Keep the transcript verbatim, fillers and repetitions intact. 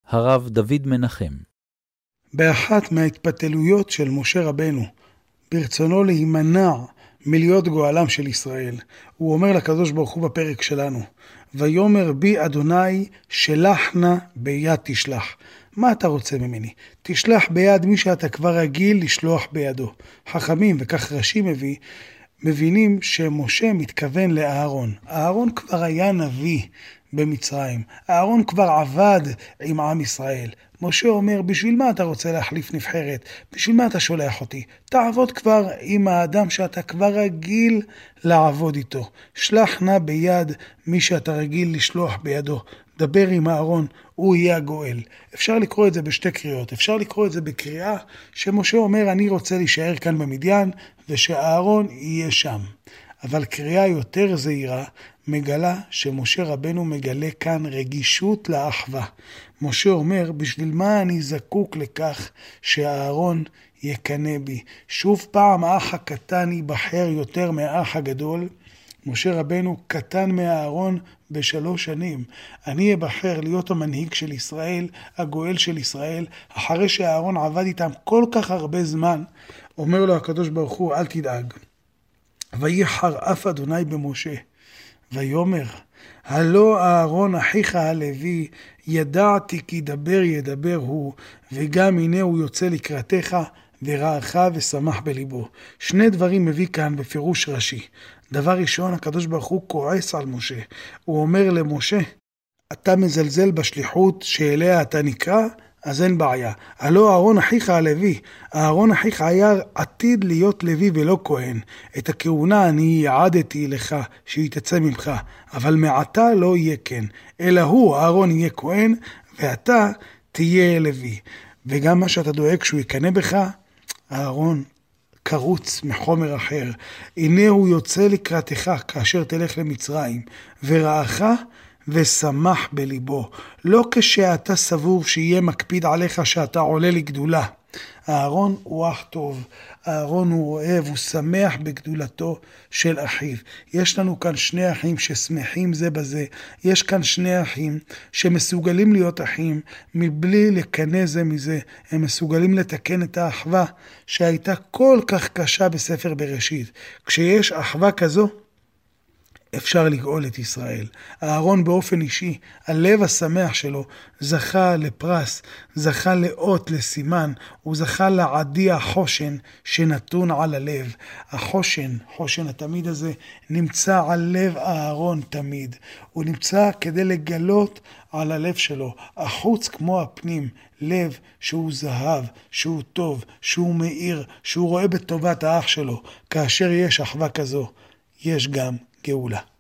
הרב דוד מנחם. באחת מההתפתלויות של משה רבנו, ברצונו להימנע מלהיות גואלם של ישראל, הוא אומר לקדוש ברוך הוא בפרק שלנו, ויאמר בי אדוני שלח נא ביד תשלח. מה אתה רוצה ממני? תשלח ביד מי שאתה כבר רגיל לשלוח בידו. חכמים, וכך רש"י מביא, מבינים שמשה מתכוון לאהרון. אהרון כבר היה נביא במצרים. אהרון כבר עבד עם עם ישראל. משה אומר, בשביל מה אתה רוצה להחליף נבחרת? בשביל מה אתה שולח אותי? תעבוד כבר עם האדם שאתה כבר רגיל לעבוד איתו. שלח נא ביד מי שאתה רגיל לשלוח בידו. דבר עם אהרון, הוא יהיה הגואל. אפשר לקרוא את זה בשתי קריאות. אפשר לקרוא את זה בקריאה שמשה אומר, אני רוצה להישאר כאן במדיין, ושאהרון יהיה שם. אבל קריאה יותר זהירה מגלה שמשה רבנו מגלה כאן רגישות לאחווה. משה אומר, בשביל מה אני זקוק לכך שאהרון יקנה בי? שוב פעם האח הקטן ייבחר יותר מהאח הגדול. משה רבנו קטן מאהרון בשלוש שנים. אני אבחר להיות המנהיג של ישראל, הגואל של ישראל, אחרי שאהרון עבד איתם כל כך הרבה זמן. אומר לו הקדוש ברוך הוא, אל תדאג. ויחר אף אדוני במשה, ויאמר, הלא אהרון אחיך הלוי, ידעתי כי דבר ידבר הוא, וגם הנה הוא יוצא לקראתך, ורעך ושמח בליבו. שני דברים מביא כאן בפירוש רש"י. דבר ראשון, הקדוש ברוך הוא כועס על משה. הוא אומר למשה, אתה מזלזל בשליחות שאליה אתה נקרא, אז אין בעיה. הלא אהרון אחיך הלוי, אהרון אחיך היה עתיד להיות לוי ולא כהן. את הכהונה אני יעדתי לך שהיא תצא ממך, אבל מעתה לא יהיה כן. אלא הוא, אהרון יהיה כהן, ואתה תהיה לוי. וגם מה שאתה דואג שהוא יקנה בך, אהרון קרוץ מחומר אחר. הנה הוא יוצא לקראתך כאשר תלך למצרים, ורעך ושמח בליבו. לא כשאתה סבור שיהיה מקפיד עליך שאתה עולה לגדולה. אהרון הוא אח טוב, אהרון הוא אוהב, הוא שמח בגדולתו של אחיו. יש לנו כאן שני אחים ששמחים זה בזה. יש כאן שני אחים שמסוגלים להיות אחים מבלי לקנא זה מזה. הם מסוגלים לתקן את האחווה שהייתה כל כך קשה בספר בראשית. כשיש אחווה כזו, אפשר לגאול את ישראל. אהרון באופן אישי, הלב השמח שלו, זכה לפרס, זכה לאות, לסימן, הוא זכה לעדי החושן שנתון על הלב. החושן, חושן התמיד הזה, נמצא על לב אהרון תמיד. הוא נמצא כדי לגלות על הלב שלו, החוץ כמו הפנים, לב שהוא זהב, שהוא טוב, שהוא מאיר, שהוא רואה בטובת האח שלו. כאשר יש אחווה כזו, יש גם גאולה.